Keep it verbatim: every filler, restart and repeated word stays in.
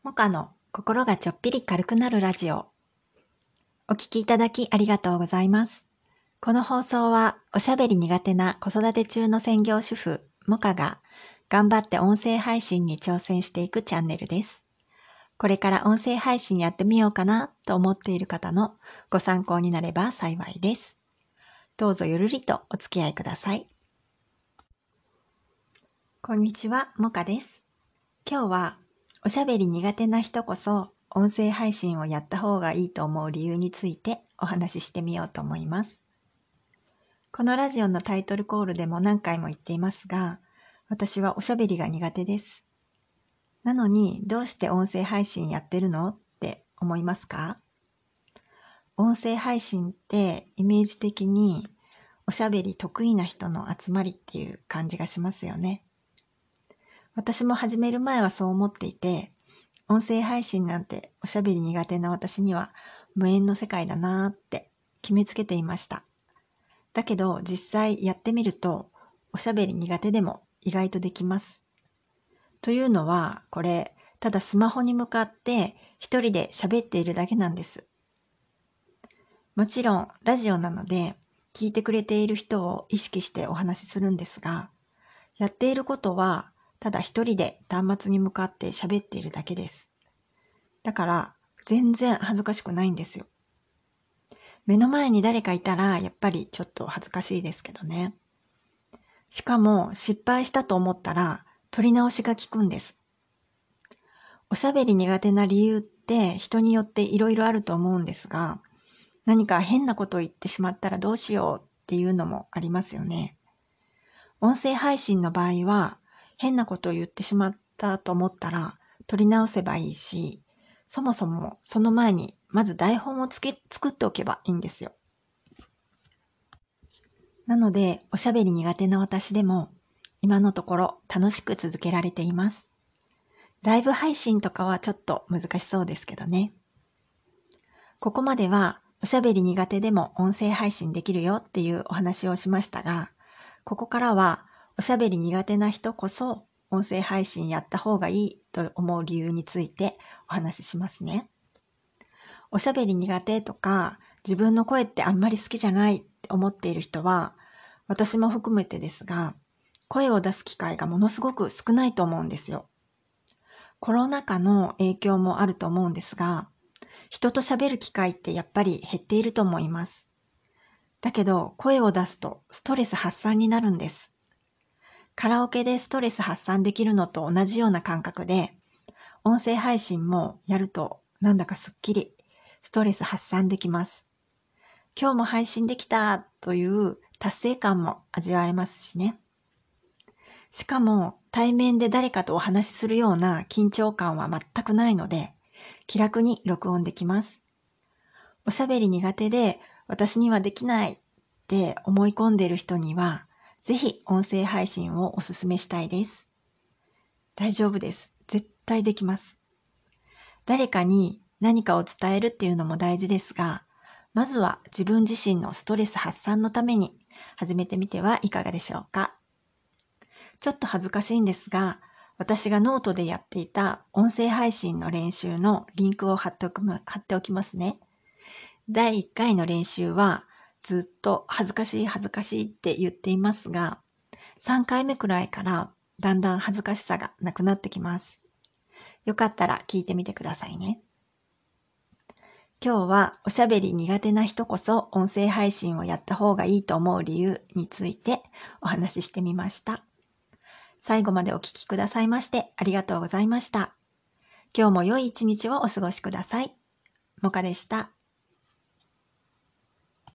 モカの心がちょっぴり軽くなるラジオ。お聞きいただきありがとうございます。この放送はおしゃべり苦手な子育て中の専業主婦、モカが頑張って音声配信に挑戦していくチャンネルです。これから音声配信やってみようかなと思っている方のご参考になれば幸いです。どうぞゆるりとお付き合いください。こんにちは、モカです。今日はおしゃべり苦手な人こそ音声配信をやった方がいいと思う理由についてお話ししてみようと思います。このラジオのタイトルコールでも何回も言っていますが、私はおしゃべりが苦手です。なのにどうして音声配信やってるのって思いますか？音声配信ってイメージ的におしゃべり得意な人の集まりっていう感じがしますよね。私も始める前はそう思っていて、音声配信なんておしゃべり苦手な私には無縁の世界だなーって決めつけていました。だけど実際やってみるとおしゃべり苦手でも意外とできます。というのはこれただスマホに向かって一人で喋っているだけなんです。もちろんラジオなので聞いてくれている人を意識してお話しするんですが、やっていることはただ一人で端末に向かって喋っているだけです。だから全然恥ずかしくないんですよ。目の前に誰かいたらやっぱりちょっと恥ずかしいですけどね。しかも失敗したと思ったら取り直しが効くんです。おしゃべり苦手な理由って人によっていろいろあると思うんですが、何か変なことを言ってしまったらどうしようっていうのもありますよね。音声配信の場合は変なことを言ってしまったと思ったら取り直せばいいし、そもそもその前にまず台本をつけ作っておけばいいんですよ。なのでおしゃべり苦手な私でも今のところ楽しく続けられています。ライブ配信とかはちょっと難しそうですけどね。ここまではおしゃべり苦手でも音声配信できるよっていうお話をしましたが、ここからはおしゃべり苦手な人こそ音声配信やった方がいいと思う理由についてお話ししますね。おしゃべり苦手とか自分の声ってあんまり好きじゃないって思っている人は、私も含めてですが、声を出す機会がものすごく少ないと思うんですよ。コロナ禍の影響もあると思うんですが、人と喋る機会ってやっぱり減っていると思います。だけど声を出すとストレス発散になるんです。カラオケでストレス発散できるのと同じような感覚で、音声配信もやるとなんだかすっきりストレス発散できます。今日も配信できたという達成感も味わえますしね。しかも対面で誰かとお話しするような緊張感は全くないので、気楽に録音できます。おしゃべり苦手で私にはできないって思い込んでいる人には、ぜひ音声配信をお勧めしたいです。大丈夫です。絶対できます。誰かに何かを伝えるっていうのも大事ですが、まずは自分自身のストレス発散のために始めてみてはいかがでしょうか。ちょっと恥ずかしいんですが、私がノートでやっていた音声配信の練習のリンクを貼っておく、貼っておきますね。だいいっかいの練習はずっと恥ずかしい恥ずかしいって言っていますが、さんかいめくらいからだんだん恥ずかしさがなくなってきます。よかったら聞いてみてくださいね。今日はおしゃべり苦手な人こそ音声配信をやった方がいいと思う理由についてお話ししてみました。最後までお聞きくださいましてありがとうございました。今日も良い一日をお過ごしください。もかでした。